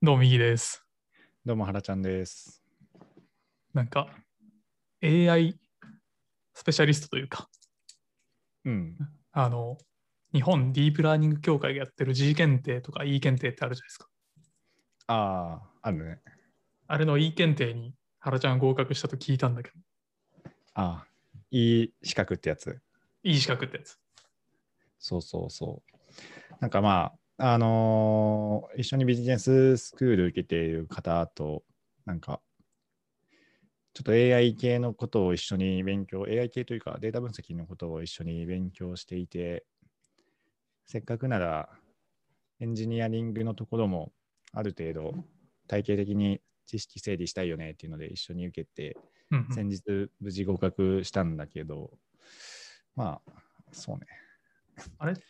どうも、右です。 どうも、原ちゃんです。 なんか、AI スペシャリストというか、 うん。 あの、日本ディープラーニング協会がやってる G 検定とか E 検定ってあるじゃないですか。 ああ、あるね。 あれの E 検定に原ちゃん合格したと聞いたんだけど、 ああ、いい資格ってやつ。 いい資格ってやつ。 そうそうそう。なんか一緒にビジネススクール受けている方と、なんか、ちょっと AI 系のことを一緒に勉強、AI 系というかデータ分析のことを一緒に勉強していて、せっかくならエンジニアリングのところもある程度体系的に知識整理したいよねっていうので一緒に受けて、 うんうん、 先日無事合格したんだけど、まあ、そうね。 あれって、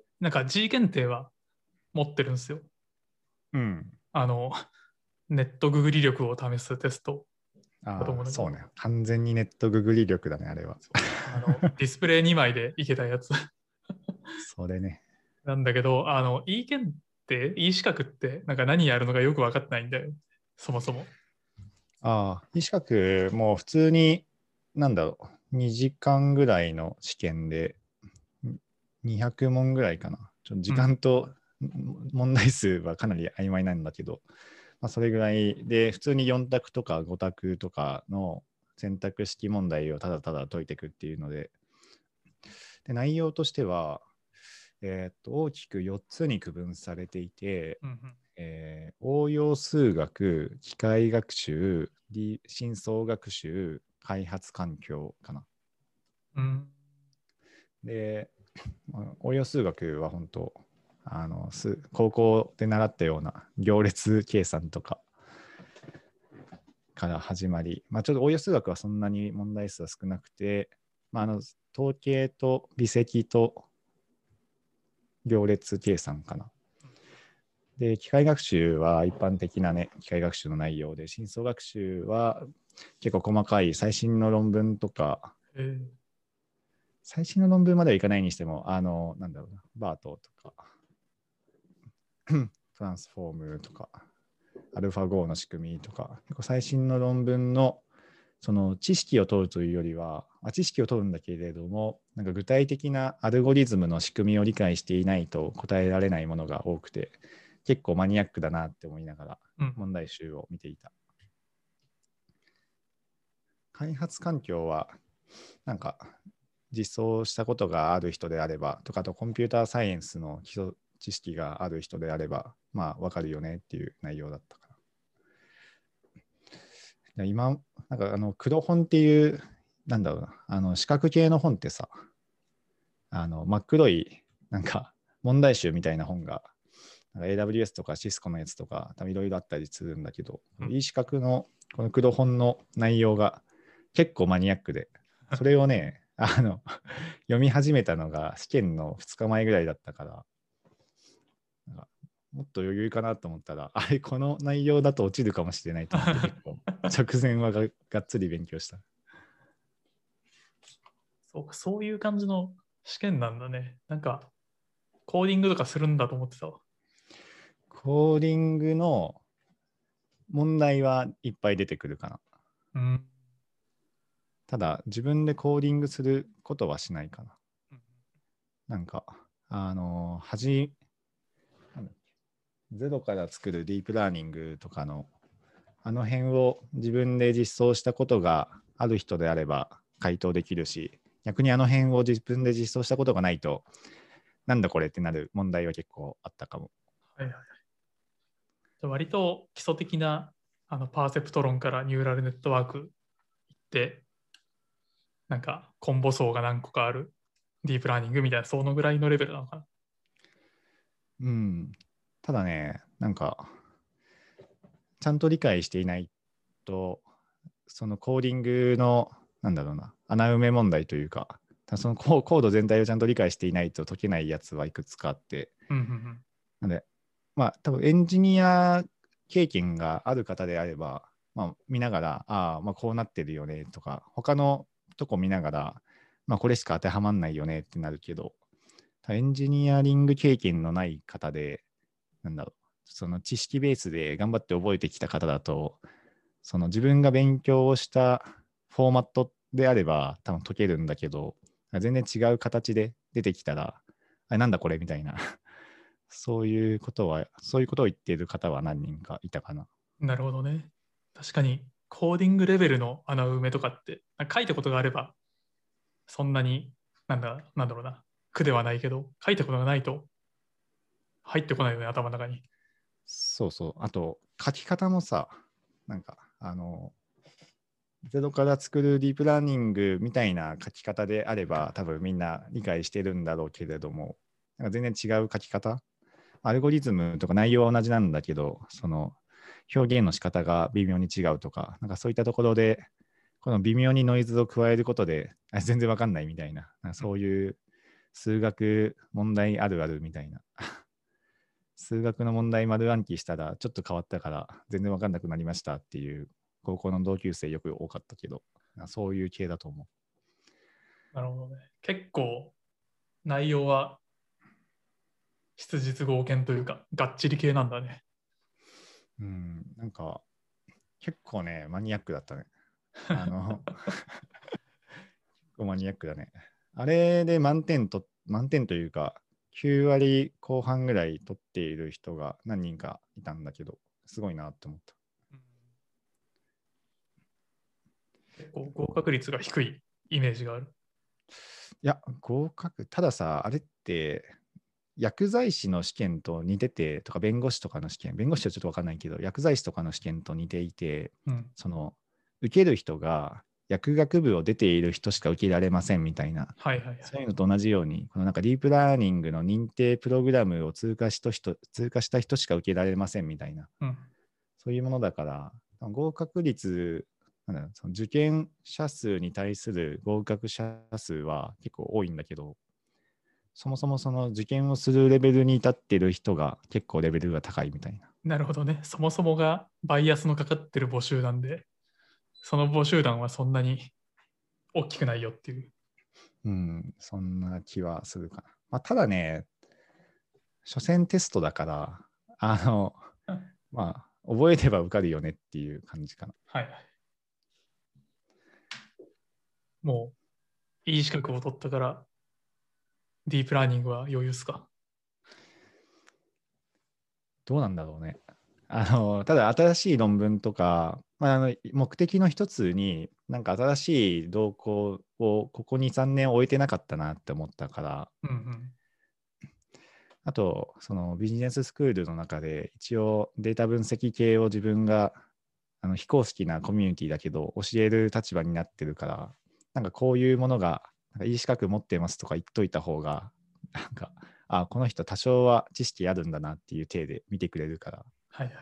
なんか G 検定は持ってるんですよ。 うん。 あの、ネットググり力を試すテストだとああ、 思うんだけど、 そうね。完全にネットググり力だね、あれは。 ディスプレイ2枚でいけたやつそれね。 なんだけど、E 検定、E 資格って、なんか何やるのかよく分かってないんだよ。そもそも。 ああ、医資格も普通に、2時間ぐらいの試験で、200問ぐらいかな。時うん。 間と問題数はかなり曖昧なんだけど、まあ、それぐらいで、普通に4択とか5択とかの選択式問題をただただ解いていくっていうので、内容としては、大きく4つに区分されていて、 うんうん。 応用数学、機械学習、深層学習、開発環境かな。 うん。 で、応用数学は本当、高校で習ったような行列計算とかから始まり、ちょっと応用数学はそんなに問題数は少なくて、統計と微積と行列計算かな。で、機械学習は一般的なね、機械学習の内容で、深層学習は結構細かい最新の論文とか、 えー最新の論文まではいかないにしても、バートとか、トランスフォームとか、アルファ5の仕組みとか、結構最新の論文のその知識を問うというよりは、知識を問うんだけれども、なんか具体的なアルゴリズムの仕組みを理解していないと答えられないものが多くて、結構マニアックだなって思いながらうん。 問題集を見ていた。開発環境は、なんか実装したことがある人であれば、とか、あとコンピューターサイエンスの基礎知識がある人であれば、わかるよねっていう内容だったかな。今、黒本っていう、四角系の本ってさ、真っ黒い、問題集みたいな本が、AWS とかシスコのやつとか、いろいろあったりするんだけど、 うん。 いい四角のこの黒本の内容が結構マニアックで、それをね、読み始めたのが試験の2日前ぐらいだったから、もっと余裕かなと思ったら、あれ、この内容だと落ちるかもしれないと思って結構直前はがっつり勉強した。 そうか、そういう感じの試験なんだね。なんか、コーディングとかするんだと思ってたわ。 コーディングの問題はいっぱい出てくるかな。 うん。 ただ、自分でコーディングすることはしないかな。なんか、あの、はじ、ゼロから作るディープラーニングとかの、あの辺を自分で実装したことがある人であれば回答できるし、逆にあの辺を自分で実装したことがないと、なんだこれってなる問題は結構あったかも。 はいはい。じゃあ割と基礎的なパーセプト論からニューラルネットワーク行って、なんかコンボ層が何個かあるディープラーニングみたいな、そのぐらいのレベルなのかな。 うん。ただね、ちゃんと理解していないと、そのコーディングの、穴埋め問題というか、そのコード全体をちゃんと理解していないと解けないやつはいくつかあって、 うんうんなので、多分エンジニア経験がある方であれば、見ながら、こうなってるよねとか、他のとこ見ながら、これしか当てはまんないよねってなるけど、エンジニアリング経験のない方で、 その知識ベースで頑張って覚えてきた方だと、その自分が勉強をしたフォーマットであれば多分解けるんだけど、全然違う形で出てきたら、あれなんだこれみたいなそういうことを言っている方は何人かいたかな。 なるほどね。確かに、コーディングレベルの穴埋めとかって、書いたことがあれば、そんなに、なんだろうな、苦ではないけど、書いたことがないと入ってこないよね、頭の中に。 そうそう。あと、書き方もさ、なんか、ゼロから作るディープラーニングみたいな書き方であれば、多分みんな理解してるんだろうけれども、なんか全然違う書き方、アルゴリズムとか内容は同じなんだけど、その表現の仕方が微妙に違うとか、なんかそういったところで、この微妙にノイズを加えることで、全然わかんないみたいな、なんかそういう数学問題あるあるみたいな。数学の問題丸暗記したらちょっと変わったから全然わかんなくなりましたっていう高校の同級生よく多かったけど、そういう系だと思なるほどね。結構、内容は質実剛健というか、がっちり系なんだね。 う。なんか結構ね、マニアックだったね。結構マニアックだね。あれで満点というか、9割後半ぐらい取っている人が何人かいたんだけど、すごいなって思った。 結構合格率が低いイメージがある。 いや、合格、たださ、あれって、薬剤師の試験と似てて、とか弁護士とかの試験、弁護士はちょっと分かんないけど、薬剤師とかの試験と似ていて、 うん。 その、受ける人が薬学部を出ている人しか受けられませんみたいな、 はいはいはい。 そういうのと同じように、このなんかディープラーニングの認定プログラムを通過した人しか受けられませんみたいな、 うん。 そういうものだから、合格率、なんだろう、その受験者数に対する合格者数は結構多いんだけど、そもそもその受験をするレベルに至っている人が結構レベルが高いみたいな。 なるほどね。そもそもがバイアスのかかってる募集なんで、その募集団はそんなに大きくないよっていう。 そんな気はするかな。まあ、ただね、初戦テストだから、まあ、覚えれば受かるよねっていう感じかな。 はいはい。もう、いい資格を取ったから、ディープラーニングは余裕っすか？ どうなんだろうね。ただ新しい論文とか、まあ、目的の一つに、なんか新しい動向をここ2、3年終えてなかったなって思ったから、 うんうん。 あと、そのビジネススクールの中で、一応データ分析系を自分が非公式なコミュニティだけど、教える立場になってるから、なんかこういうものが、なんかいい資格持ってますとか言っといた方が、なんか、この人多少は知識あるんだなっていう体で見てくれるから、 はいはい。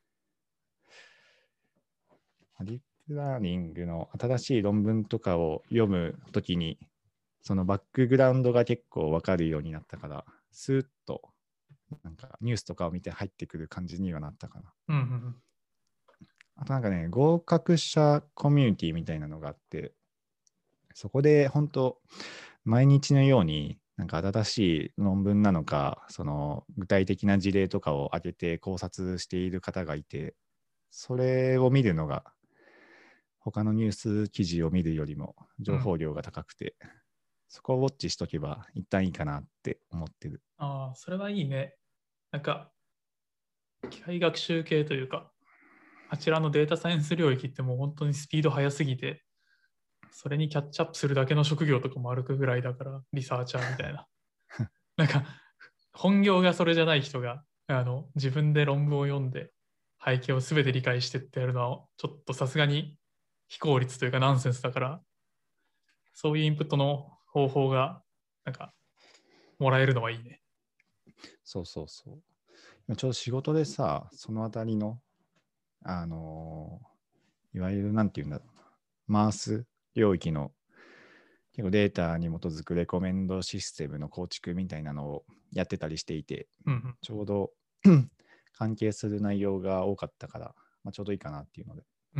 ディープラーニングの新しい論文とかを読むときに、そのバックグラウンドが結構わかるようになったから、スーッとなんかニュースとかを見て入ってくる感じにはなったかな。 うんうんうん。 あとなんかね、合格者コミュニティみたいなのがあって、そこで本当、毎日のように、なんか新しい論文なのか、その具体的な事例とかを挙げて考察している方がいて、それを見るのが、他のニュース記事を見るよりも情報量が高くて、そこをウォッチしとけば一旦いいかなって思ってる。 ああ、それはいいね。なんか、機械学習系というか、あちらのデータサイエンス領域ってもう本当にスピード速すぎて、それにキャッチアップするだけの職業とかも歩くぐらいだから、リサーチャーみたいな。なんか、本業がそれじゃない人が、自分で論文を読んで、背景を全て理解してってやるのは、ちょっとさすがに非効率というかナンセンスだから、そういうインプットの方法が、なんか、もらえるのはいいね。 そうそうそう。今ちょうど仕事でさ、そのあたりの、あのいわゆるなんていうんだろうな、マース領域の結構データに基づくレコメンドシステムの構築みたいなのをやってたりしていて、 うんうん。 ちょうど関係する内容が多かったから、まあ、ちょうどいいかなっていうので。 うん。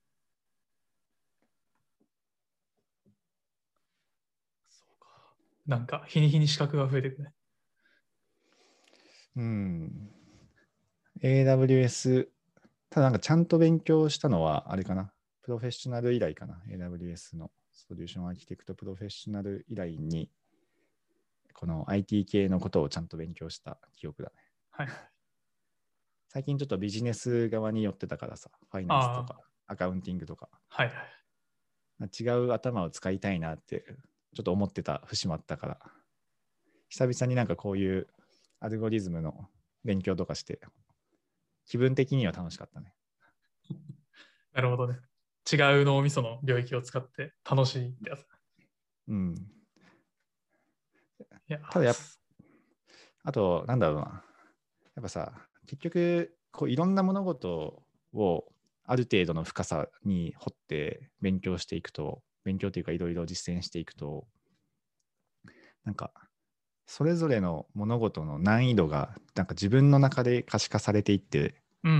そうか。なんか、日に日に資格が増えていくね。 うん。 AWS、ただなんかちゃんと勉強したのは、あれかな、プロフェッショナル以来かな、AWS のソリューションアーキテクトプロフェッショナル以来に、この IT 系のことをちゃんと勉強した記憶だね。 はい。 最近ちょっとビジネス側に寄ってたからさ、ファイナンスとかアカウンティングとか、 はい。 違う頭を使いたいなってちょっと思ってた節もあったから、久々になんかこういうアルゴリズムの勉強とかして、気分的には楽しかったね。 なるほどね。違う脳みその領域を使って楽しいってやつ。 うん。 いや、 ただあと、なんだろうな。やっぱさ、結局、こういろんな物事をある程度の深さに掘って勉強していくと、勉強というかいろいろ実践していくと、なんか、それぞれの物事の難易度がなんか自分の中で可視化されていって、 うんうん。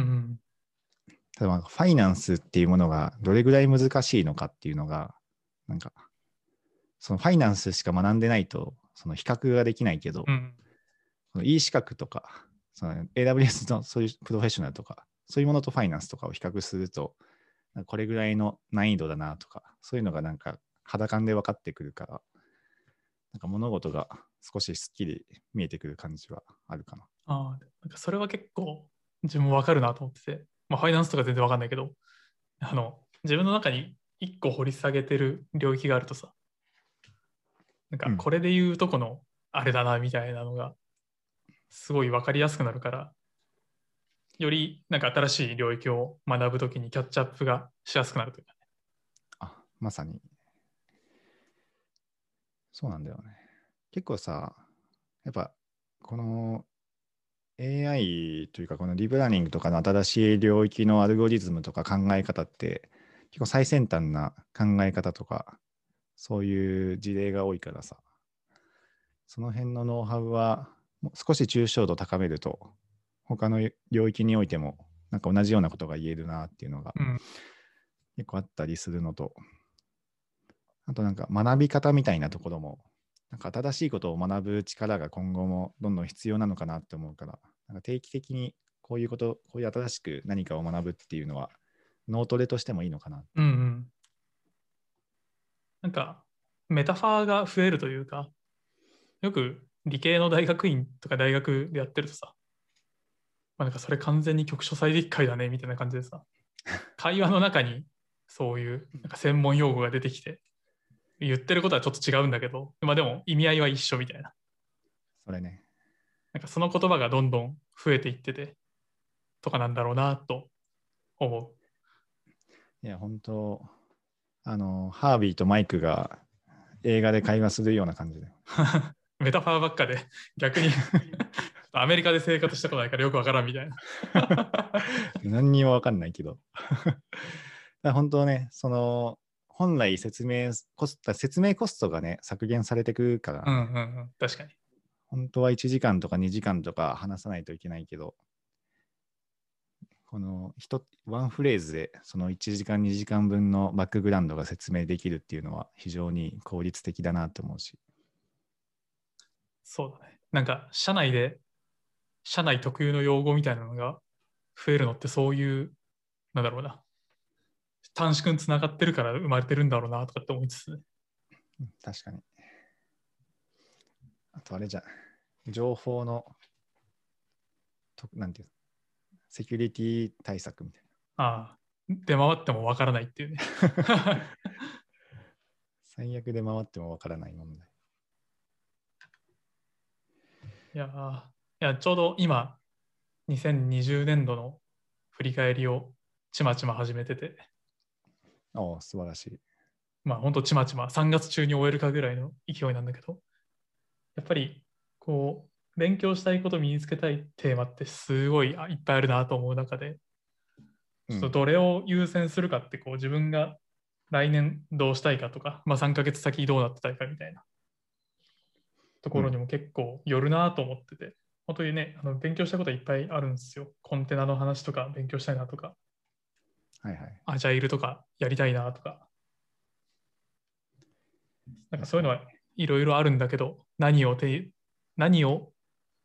例えばファイナンスっていうものがどれぐらい難しいのかっていうのが、なんか、そのファイナンスしか学んでないと、その比較ができないけど、 うん。 この E 資格とか、その AWS のそういうプロフェッショナルとか、そういうものとファイナンスとかを比較すると、これぐらいの難易度だなとか、そういうのがなんか肌感で分かってくるから、なんか物事が少しすっきり見えてくる感じはあるかな。 なんかそれは結構自分もわかるなと思ってて、まあ、ファイナンスとか全然わかんないけど、自分の中に一個掘り下げてる領域があるとさ、なんうん。 かこれで言うとこのあれだなみたいなのがすごいわかりやすくなるから、よりなんか新しい領域を学ぶときにキャッチアップがしやすくなるというかね。 まさに。そうなんだよね。結構さ、やっぱこの AI というかこのディープラーニングとかの新しい領域のアルゴリズムとか考え方って結構最先端な考え方とかそういう事例が多いからさ、その辺のノウハウはもう少し抽象度高めると他の領域においてもなんか同じようなことが言えるなっていうのがうん。 結構あったりするのと、あとなんか学び方みたいなところもなんか新しいことを学ぶ力が今後もどんどん必要なのかなって思うから、なんか定期的にこういうこと、こういう新しく何かを学ぶっていうのは脳トレとしてもいいのかな。 うんうん。なんかメタファーが増えるというか、よく理系の大学院とか大学でやってるとさ、まあ、なんかそれ完全に局所最適解だねみたいな感じでさ、会話の中にそういうなんか専門用語が出てきて、言ってることはちょっと違うんだけど、まあでも意味合いは一緒みたいな。 それね。 なんかその言葉がどんどん増えていってて、とかなんだろうなと思う。 いや、本当ハービーとマイクが映画で会話するような感じで。 メタファーばっかで逆にアメリカで生活したことないからよくわからんみたいな。 何にも分かんないけど。本当ね、その、本来説明コストがね、削減されてくるからうんね、 うんうん、確かに。 本当は1時間とか2時間とか話さないといけないけど、このワンフレーズでその1時間2時間分のバックグラウンドが説明できるっていうのは非常に効率的だなと思うし。 そうだね。なんか社内特有の用語みたいなのが増えるのってそういう、なんだろうな、短縮につながってるから生まれてるんだろうなとかって思いつつね。 確かに。あとあれじゃん、情報のなんていうの、セキュリティ対策みたいああ、出回ってもわからないっていうね。 な。最悪で回ってもわからない問題。 いやー、ちょうど今、2020年度の振り返りをちまちま始めてて、 ああ、素晴らしい。 まあ本当ちまちま3月中に終えるかぐらいの勢いなんだけど、やっぱりこう、勉強したいこと身につけたいテーマってすごいいっぱいあるなと思う中で、ちょっとうん。 どれを優先するかってこう自分が来年どうしたいかとか、まあ3ヶ月先どうなってたいかみたいなとうん。 ころにも結構よるなと思ってて、本当にね、勉強したことはいっぱいあるんですよ。コンテナの話とか勉強したいなとか、 はいはい。 アジャイルとかやりたいなとか、なんか確かに。 そういうのはいろいろあるんだけど、何を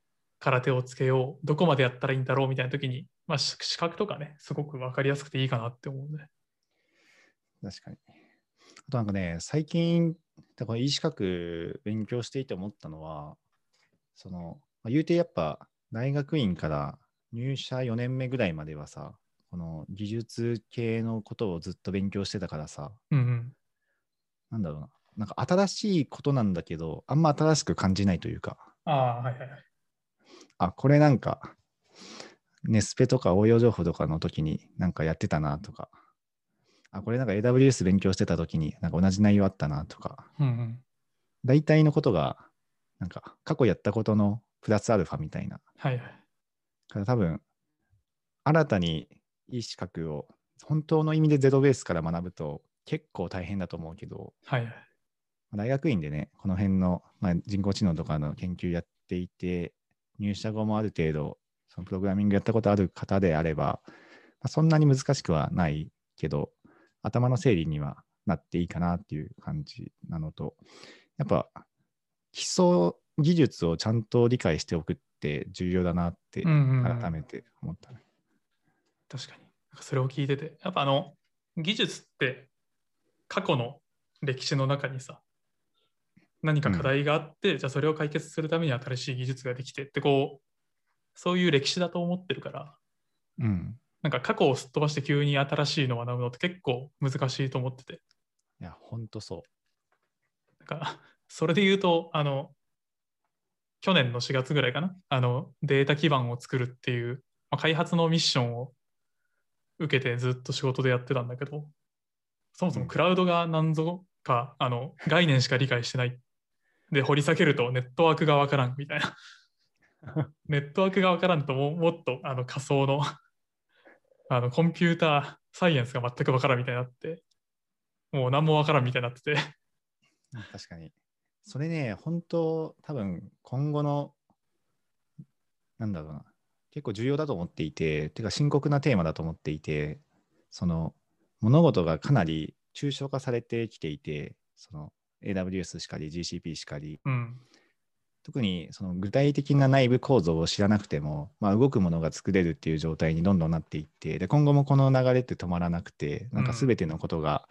空手をつけよう、どこまでやったらいいんだろうみたいな時に、まあ、資格とかね、すごく分かりやすくていいかなって思うね。 確かに。あとなんかね、最近、だから E 資格勉強していて思ったのは、言うてやっぱ大学院から入社4年目ぐらいまではさ、この技術系のことをずっと勉強してたからさ、 うんうん。 なんだろうな、なんか新しいことなんだけど、あんま新しく感じないというか、 ああ、はいはいはい。 これなんか、ネスペとか応用情報とかの時になんかやってたなとか、これなんか AWS 勉強してた時になんか同じ内容あったなとか、 うんうん。 大体のことが、なんか過去やったことのプラスアルファみたいな。 はいはい。 から多分、新たにいい資格を本当の意味でゼロベースから学ぶと結構大変だと思うけど、 はいはい。 大学院でね、この辺の、人工知能とかの研究やっていて、入社後もある程度、そのプログラミングやったことある方であれば、そんなに難しくはないけど、頭の整理にはなっていいかなっていう感じなのと、やっぱ基礎技術をちゃんと理解しておくって重要だなってうんうんうん。 改めて思ったね。 確かに。なんかそれを聞いてて、やっぱ技術って過去の歴史の中にさ、何か課うん。 題があって、じゃあそれを解決するために新しい技術ができてって、そういう歴史だと思ってるから、 うん。 なんか過去をすっ飛ばして急に新しいのを学ぶのって結構難しいと思ってて、 いや、ほんとそなんかそれで言うと、去年の4月ぐらいかな、データ基盤を作るっていう、まあ、開発のミッションを受けてずっと仕事でやってたんだけど、そもう。うん。 そもクラウドが何ぞか、概念しか理解してない。で、掘り下げるとネットワークがわからんみたいな。ネットワークがわからんともっと仮想のコンピューターサイエンスが全くわからんみたいになって、もう何もわからんみたいになってて。 確かに。それね、本当多分今後の、なんだろうな、結構重要だと思っていて、てか深刻なテーマだと思っていて、その物事がかなり抽象化されてきていて、AWS しかり GCP しかり、 うん。 特にその具体的な内部構造を知らなくても、動くものが作れるっていう状態にどんどんなっていって、で今後もこの流れって止まらなくて、なんかうん。 全てのことが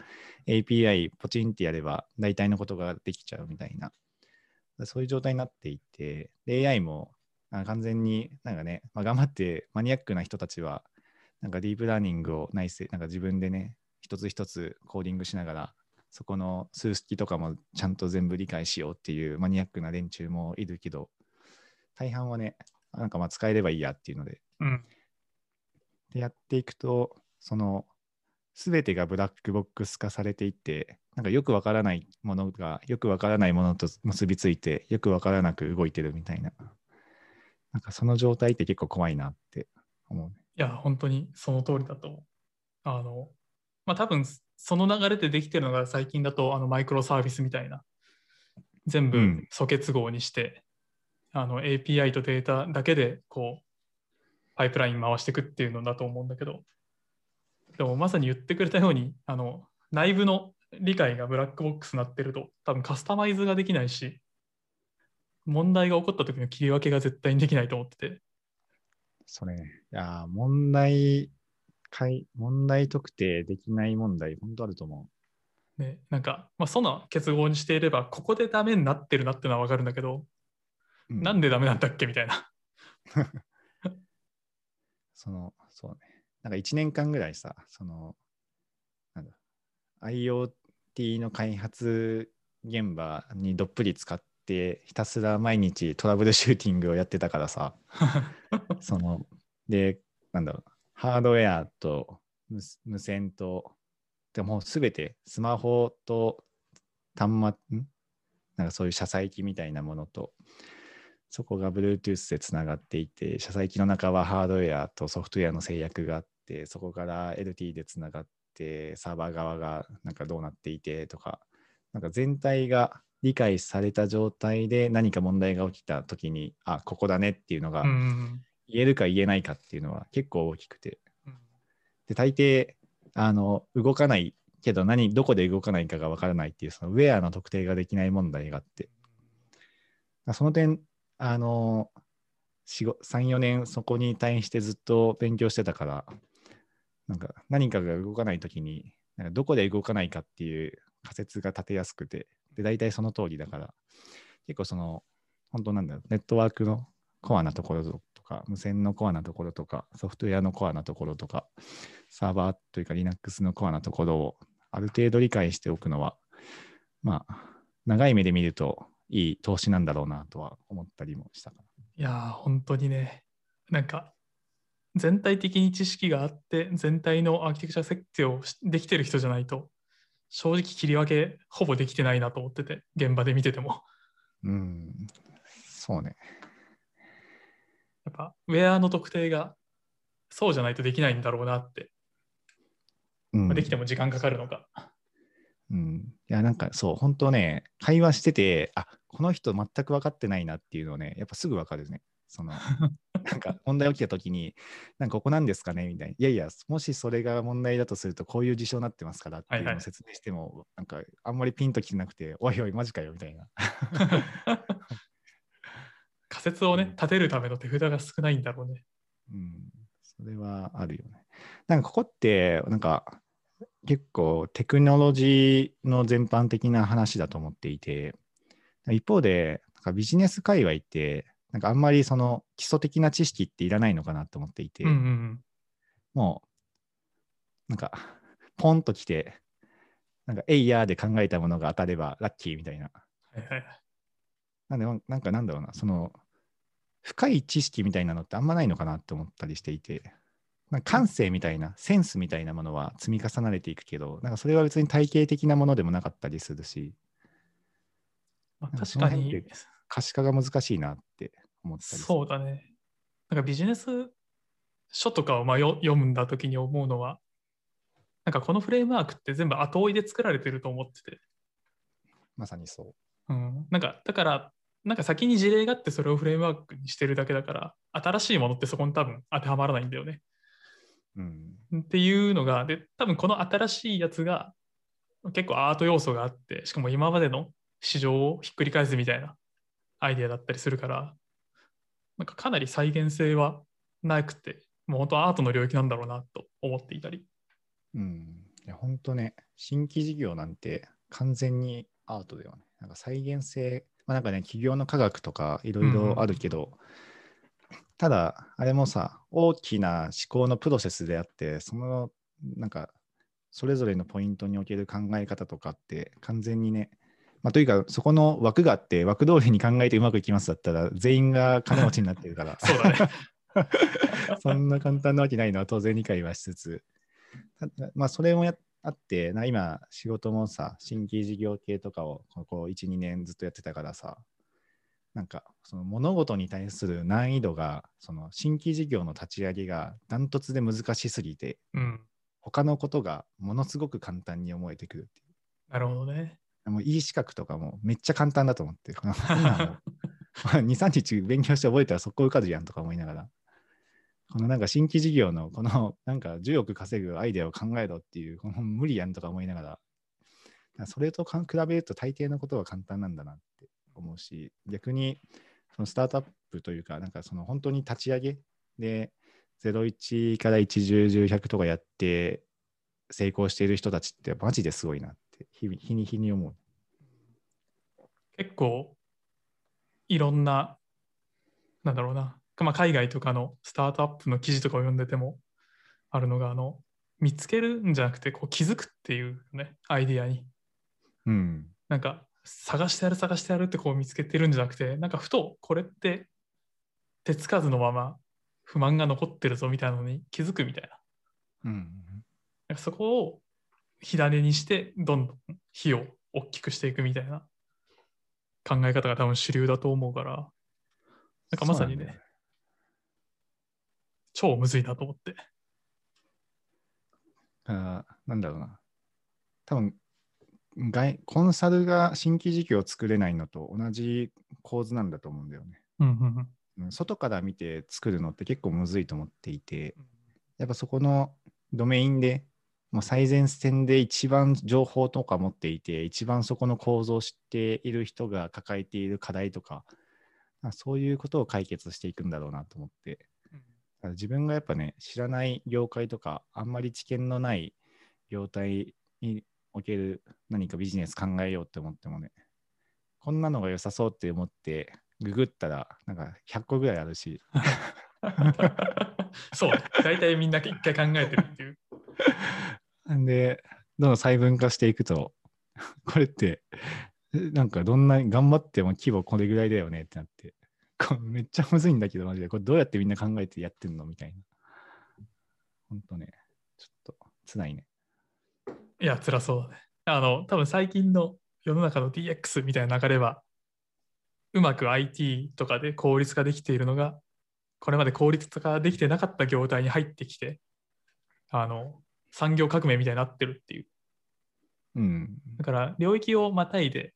API ポチンってやれば大体のことができちゃうみたいな、そういう状態になっていて、で AI も完全になんかね、頑張ってマニアックな人たちは、なんかディープラーニングをなんか自分でね、一つ一つコーディングしながら、そこの数式とかもちゃんと全部理解しようっていうマニアックな連中もいるけど、大半はね、なんか使えればいいやっていうので、 うん。 でやっていくと、全てがブラックボックス化されていって、なんかよくわからないものがよくわからないものと結びついて、よくわからなく動いてるみたいな、なんかその状態って結構怖いなって思うね。 いや、本当にその通りだと思う。まあ、多分その流れでできてるのが最近だとマイクロサービスみたいな全部うん。 素結合にしてAPI とデータだけでパイプライン回していくっていうのだと思うんだけど、でもまさに言ってくれたように内部の理解がブラックボックスになってると多分カスタマイズができないし、問題が起こった時の切り分けが絶対にできないと思ってて、 それね。いや問題特定できない問題、本当あると思ね、なんか、まあ、その結合にしていればここでダメになってるなっていうのは分かるんだけど、 う。うん。 なんでダメなんだっけみたいな。 そうね。なんか1年間ぐらいさ、なんだ、IoT の開発現場にどっぷり使って、ひたすら毎日トラブルシューティングをやってたからさ、その、で、なんだろう、ハードウェアと無線と、でもうすべてスマホと端末、なんかそういう車載機みたいなものと、そこが Bluetooth でつながっていて、車載機の中はハードウェアとソフトウェアの制約があって、そこから LT でつながって、サーバー側がなんかどうなっていてとか、なんか全体が理解された状態で何か問題が起きたときに、ここだねっていうのうがん。 言えるか言えないかっていうのは結構大きくて。で、大抵、動かないけどどこで動かないかがわからないっていう、そのウェアの特定ができない問題があって、その点、あの、 3、4年そこに対してずっと勉強してたから、なんか何かが動かないときに、なんかどこで動かないかっていう仮説が立てやすくて、で、大体その通りだから、結構本当なんだろう、ネットワークのコアなところとか、無線のコアなところとか、ソフトウェアのコアなところとか、サーバーというか Linux のコアなところをある程度理解しておくのは、まあ、長い目で見るといい投資なんだろうなとは思ったりもしたかな。 いやー、本当にね、なんか全体的に知識があって、全体のアーキテクチャ設計をできてる人じゃないと、正直切り分けほぼできてないなと思ってて、現場で見てても。 そうね。 やっぱ、ウェアの特定がそうじゃないとできないんだろうなって。できても時間かかるのか。 いや、なんかそう、本当ね、会話してて、この人全く分かってないなっていうのをね、やっぱすぐ分かるね。なんか問題起きたときに、なんかここなんですかねみたいな。いやいや、もしそれが問題だとすると、こういう事象になってますからっていうのを説明しても、なんかあんまりピンときてなくて、おいおい、マジかよみたいな。 仮説をね、立てるための手札が少ないんだろうね。 それはあるよね。なんかここって、なんか結構テクノロジーの全般的な話だと思っていて、一方で、なんかビジネス界隈って、なんかあんまりその基礎的な知識っていらないのかなと思っていて、もう、なんか、ポンと来て、なんか、エイヤーで考えたものが当たればラッキーみたいな。なんで、なんだろうな、深い知識みたいなのってあんまないのかなって思ったりしていて、なんか感性みたいな、センスみたいなものは積み重ねていくけど、なんかそれは別に体系的なものでもなかったりするし、 確かに可視化が難しいなって思ったりする。 そうだね。なんかビジネス書とかを読んだ時に思うのは、なんかこのフレームワークって全部後追いで作られてると思ってて。 まさにそう。なんか、だから、なんか先に事例があってそれをフレームワークにしてるだけだから、新しいものってそこに多分当てはまらないんだよね。っていうのが、で、多分この新しいやつが結構アート要素があって、しかも今までの市場をひっくり返すみたいなアイデアだったりするから、なんかかなり再現性はなくて、もう本当アートの領域なんだろうなと思っていたり。 いや本当ね、新規事業なんて完全にアートだよね。なんか再現性、なんかね、企業の科学とかいろいろあるけど、ただ、あれもさ、大きな思考のプロセスであって、なんか、それぞれのポイントにおける考え方とかって完全にね、というか、そこの枠があって、枠通りに考えてうまくいきますだったら、全員が金持ちになってるから、 そうだね。 そんな簡単なわけないのは当然理解はしつつ、それもあって、今、仕事もさ、新規事業系とかをここ1、2年ずっとやってたからさ、なんかその物事に対する難易度が、その新規事業の立ち上げがダントツで難しすぎて、他のことがものすごく簡単に思えてくるっていう。 なるほどね。 もう E 資格とかもめっちゃ簡単だと思って、こんなの2、3日勉強して覚えたら速攻受かるじゃんとか思いながら、このなんか新規事業のこのなんか10億稼ぐアイデアを考えろっていう、この無理やんとか思いながら、それと比べると大抵のことは簡単なんだなって思うし、逆にそのスタートアップというか、なんかその本当に立ち上げで01から1、10、100とかやって成功している人たちってマジですごいなって日に日に思う。 結構いろんな、なんだろうな、海外とかのスタートアップの記事とかを読んでてもあるのが、見つけるんじゃなくてこう気づくっていうね、アイディアに。なんか探してやるってこう見つけてるんじゃなくて、なんかふとこれって手つかずのまま不満が残ってるぞみたいなのに気づくみたいな。そこを火種にしてどんどん火を大きくしていくみたいな考え方が多分主流だと思うから、なんかまさにね、超むずいなと思って。 なんだろうな。多分コンサルが新規事業を作れないのと同じ構図なんだと思うんだよね。外から見て作るのって結構むずいと思っていて、やっぱそこのドメインでもう最前線で一番情報とか持っていて、一番そこの構造を知っている人が抱えている課題とか、 そういうことを解決していくんだろうなと思って、だから自分がやっぱね、知らない業界とか、あんまり知見のない業態における何かビジネス考えようって思ってもね、こんなのが良さそうって思って、ググったら、なんか100個ぐらいあるし。 そうね。大体みんな一回考えてるっていう。 で、どんどん細分化していくと、これって、なんかどんなに頑張っても規模これぐらいだよねってなって、これめっちゃむずいんだけど、マジで。これどうやってみんな考えてやってんのみたいな。ほんとね、ちょっと辛いね。 いや、辛そうだね。多分最近の世の中の DX みたいな流れは、うまく IT とかで効率化できているのが、これまで効率化できてなかった業態に入ってきて、あの、産業革命みたいになってるっていう。 うん。 だから、領域をまたいで、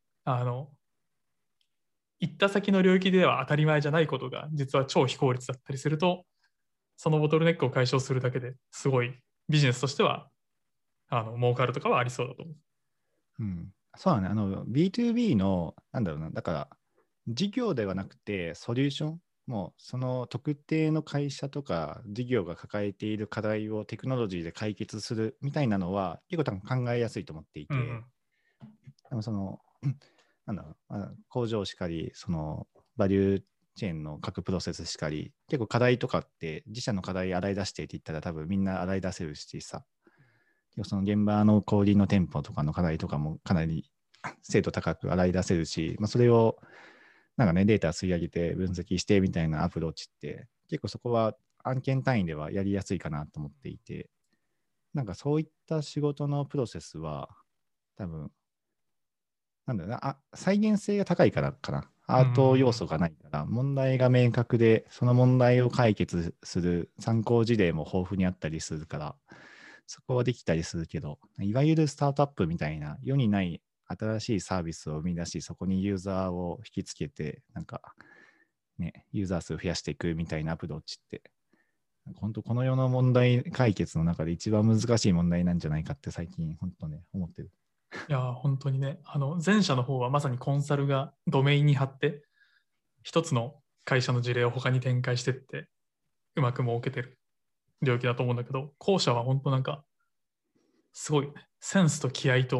行った先の領域では当たり前じゃないことが、実は超非効率だったりすると、そのボトルネックを解消するだけですごいビジネスとしては、儲かるとかはありそうだと思う。 うん。そうだね。B2B の、なんだろうな、だから、事業ではなくて、ソリューション、もうその特定の会社とか事業が抱えている課題をテクノロジーで解決するみたいなのは結構多分考えやすいと思っていて、 うんうん。 でもなんだろう、工場しかり、そのバリューチェーンの各プロセスしかり、結構課題とかって自社の課題洗い出してって言ったら多分みんな洗い出せるしさ、その現場の小売りの店舗とかの課題とかもかなり精度高く洗い出せるし、それをなんかね、データ吸い上げて分析してみたいなアプローチって、結構そこは案件単位ではやりやすいかなと思っていて、なんかそういった仕事のプロセスは、多分、なんだろうな、再現性が高いからかな。アート要素がないから、問題が明確で、その問題を解決する参考事例も豊富にあったりするから、そこはできたりするけど、いわゆるスタートアップみたいな世にない新しいサービスを生み出し、そこにユーザーを引きつけて、なんかね、ユーザー数増やしていくみたいなアプローチって、本当この世の問題解決の中で一番難しい問題なんじゃないかって最近本当ね、思ってる。 いや、本当にね、前者の方はまさにコンサルがドメインに貼って、一つの会社の事例を他に展開してって、うまく儲けてる領域だと思うんだけど、後者は本当なんか、すごいよね。センスと気合と、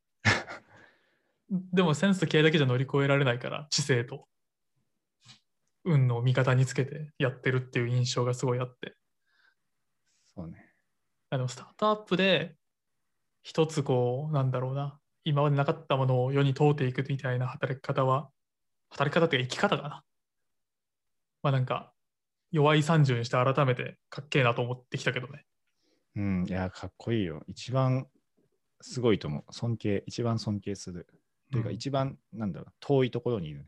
でもセンスと気合だけじゃ乗り越えられないから、知性と運の味方につけてやってるっていう印象がすごいあって、 そうね。 スタートアップで一つこう、なんだろうな、今までなかったものを世に問うていくみたいな働き方は、働き方っていうか生き方かな。まあなんか、弱い30にして改めてかっけえなと思ってきたけどね。 うん、いや、かっこいいよ。一番すごいと思う。一番尊敬する。というか、 うん。 一番、なんだろう、遠いところにいる。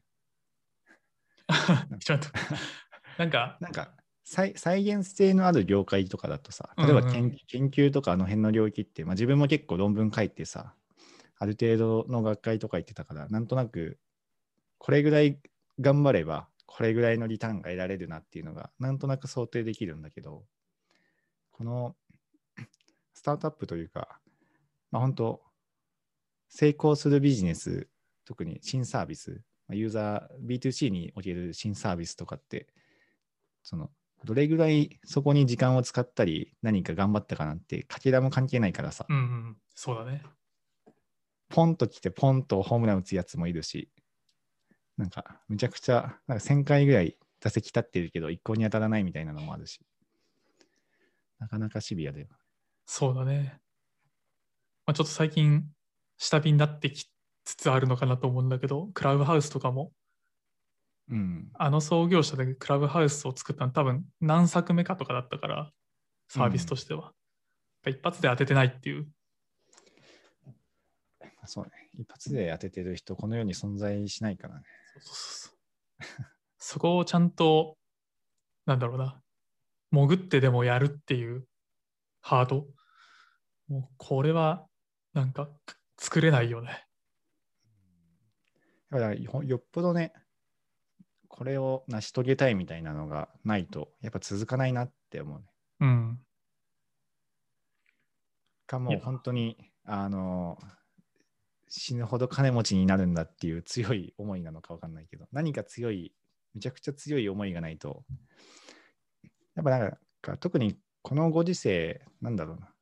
ちょっと、なんか、 なんか再現性のある業界とかだとさ、 う例えばんうん。 研究とかあの辺の領域って、自分も結構論文書いてさ、ある程度の学会とか行ってたから、なんとなくこれぐらい頑張れば、これぐらいのリターンが得られるなっていうのが、なんとなく想定できるんだけど、このスタートアップというか、本当、成功するビジネス、特に新サービス、ユーザー、B2C における新サービスとかって、そのどれぐらいそこに時間を使ったり何か頑張ったかなんてかけらも関係ないからさ、 うんうん。そうだね。 ポンと来てポンとホームラン打つやつもいるし、なんかめちゃくちゃなんか1000回ぐらい打席立ってるけど一向に当たらないみたいなのもあるし、なかなかシビアだよ。 そうだね。まあ、ちょっと最近、下火になってきつつあるのかなと思うんだけど、クラブハウスとかも、 うん。 あの創業者でクラブハウスを作ったの多分何作目かとかだったから、サービスとうん。 しては。一発で当ててないっていう。 そうね。一発で当ててる人、この世に存在しないからね。 そうそうそうそこをちゃんと、なんだろうな、潜ってでもやるっていうハード。もうこれは、なんか作れないよね。 だからよっぽどね、これを成し遂げたいみたいなのがないと、やっぱ続かないなって思うね。 うん。いや、 もう本当に、死ぬほど金持ちになるんだっていう強い思いなのか分かんないけど、何か強いめちゃくちゃ強い思いがないと、やっぱなんか特にこのご時世、なんだろうな、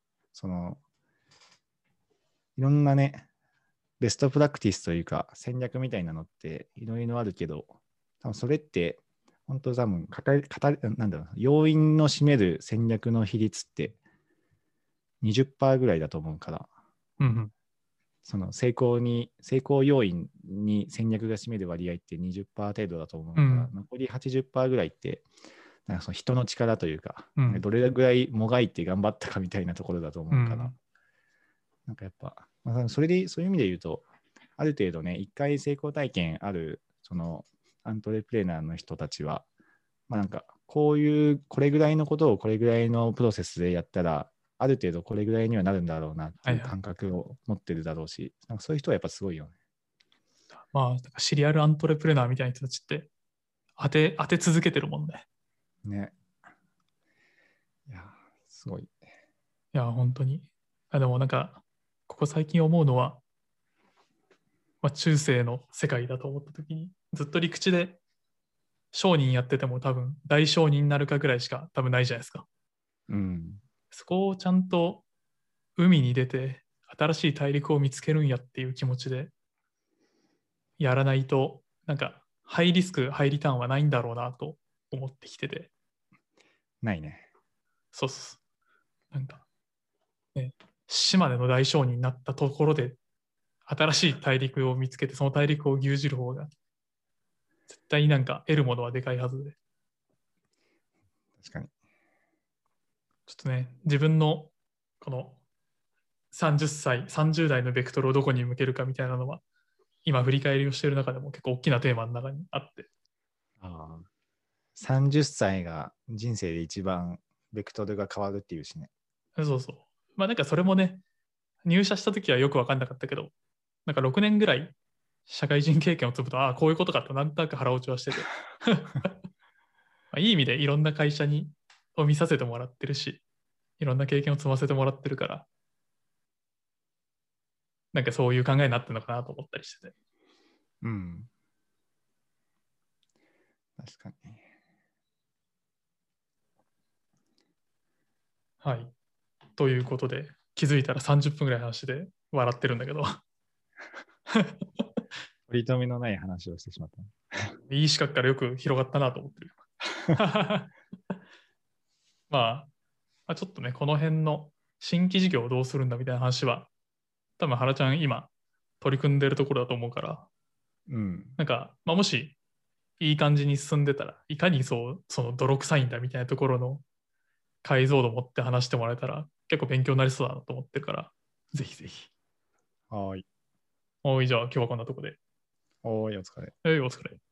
いろんなね、ベストプラクティスというか戦略みたいなのっていろいろあるけど、多分それって本当多分なんだろうな、要因の占める戦略の比率って20%ぐらいだと思うから、 うんうん。 その成功要因に戦略が占める割合って20%程度だと思うから、残り80%ぐらいって、なんかその人の力というか、どれぐらいもがいて頑張ったかみたいなところだと思うから、なんかやっぱ、そういう意味で言うと、ある程度ね、一回成功体験ある、そのアントレプレーナーの人たちは、なんかこれぐらいのことをこれぐらいのプロセスでやったら、ある程度これぐらいにはなるんだろうなっていう感覚を持ってるだろうし、なんかそういう人はやっぱすごいよね。 まあ、シリアルアントレプレナーみたいな人たちって当て続けてるもんね。 ね。いや、すごい。いや、本当に。でもなんか、ここ最近思うのは、中世の世界だと思ったときに、ずっと陸地で商人やってても多分大商人になるかぐらいしか多分ないじゃないですか。そこをちゃんと海に出て新しい大陸を見つけるんやっていう気持ちでやらないと、なんかハイリスク、ハイリターンはないんだろうなと思ってきてて。 ないね。 そうっす。なんか、ね、島根の大商人になったところで新しい大陸を見つけてその大陸を牛耳る方が絶対になんか得るものはでかいはずで。 確かに。 ちょっとね、自分のこの30歳、30代のベクトルをどこに向けるかみたいなのは、今振り返りをしている中でも結構大きなテーマの中にあって。 30歳が人生で一番ベクトルが変わるっていうしね。 そうそう。まあなんかそれもね、入社した時はよく分かんなかったけど、なんか6年ぐらい社会人経験を積むと、ああ、こういうことかとなんとなく腹落ちはしてて。まあいい意味でいろんな会社を見させてもらってるし、いろんな経験を積ませてもらってるから、なんかそういう考えになってるのかなと思ったりしてて。 うん。確かに。 はい。ということで、気づいたら30分ぐらいの話で笑ってるんだけど。 取り留めのない話をしてしまった。 いい資格からよく広がったなと思ってる。まあ、ちょっとね、この辺の新規事業をどうするんだみたいな話は、多分原ちゃん今取り組んでるところだと思うから、なんか、もしいい感じに進んでたら、いかにその泥臭いんだみたいなところの解像度を持って話してもらえたら、結構勉強になりそうだなと思ってるから、ぜひぜひ。 はい。 おい、じゃあ今日はこんなとこで。 おーい、お疲れ。 お疲れ。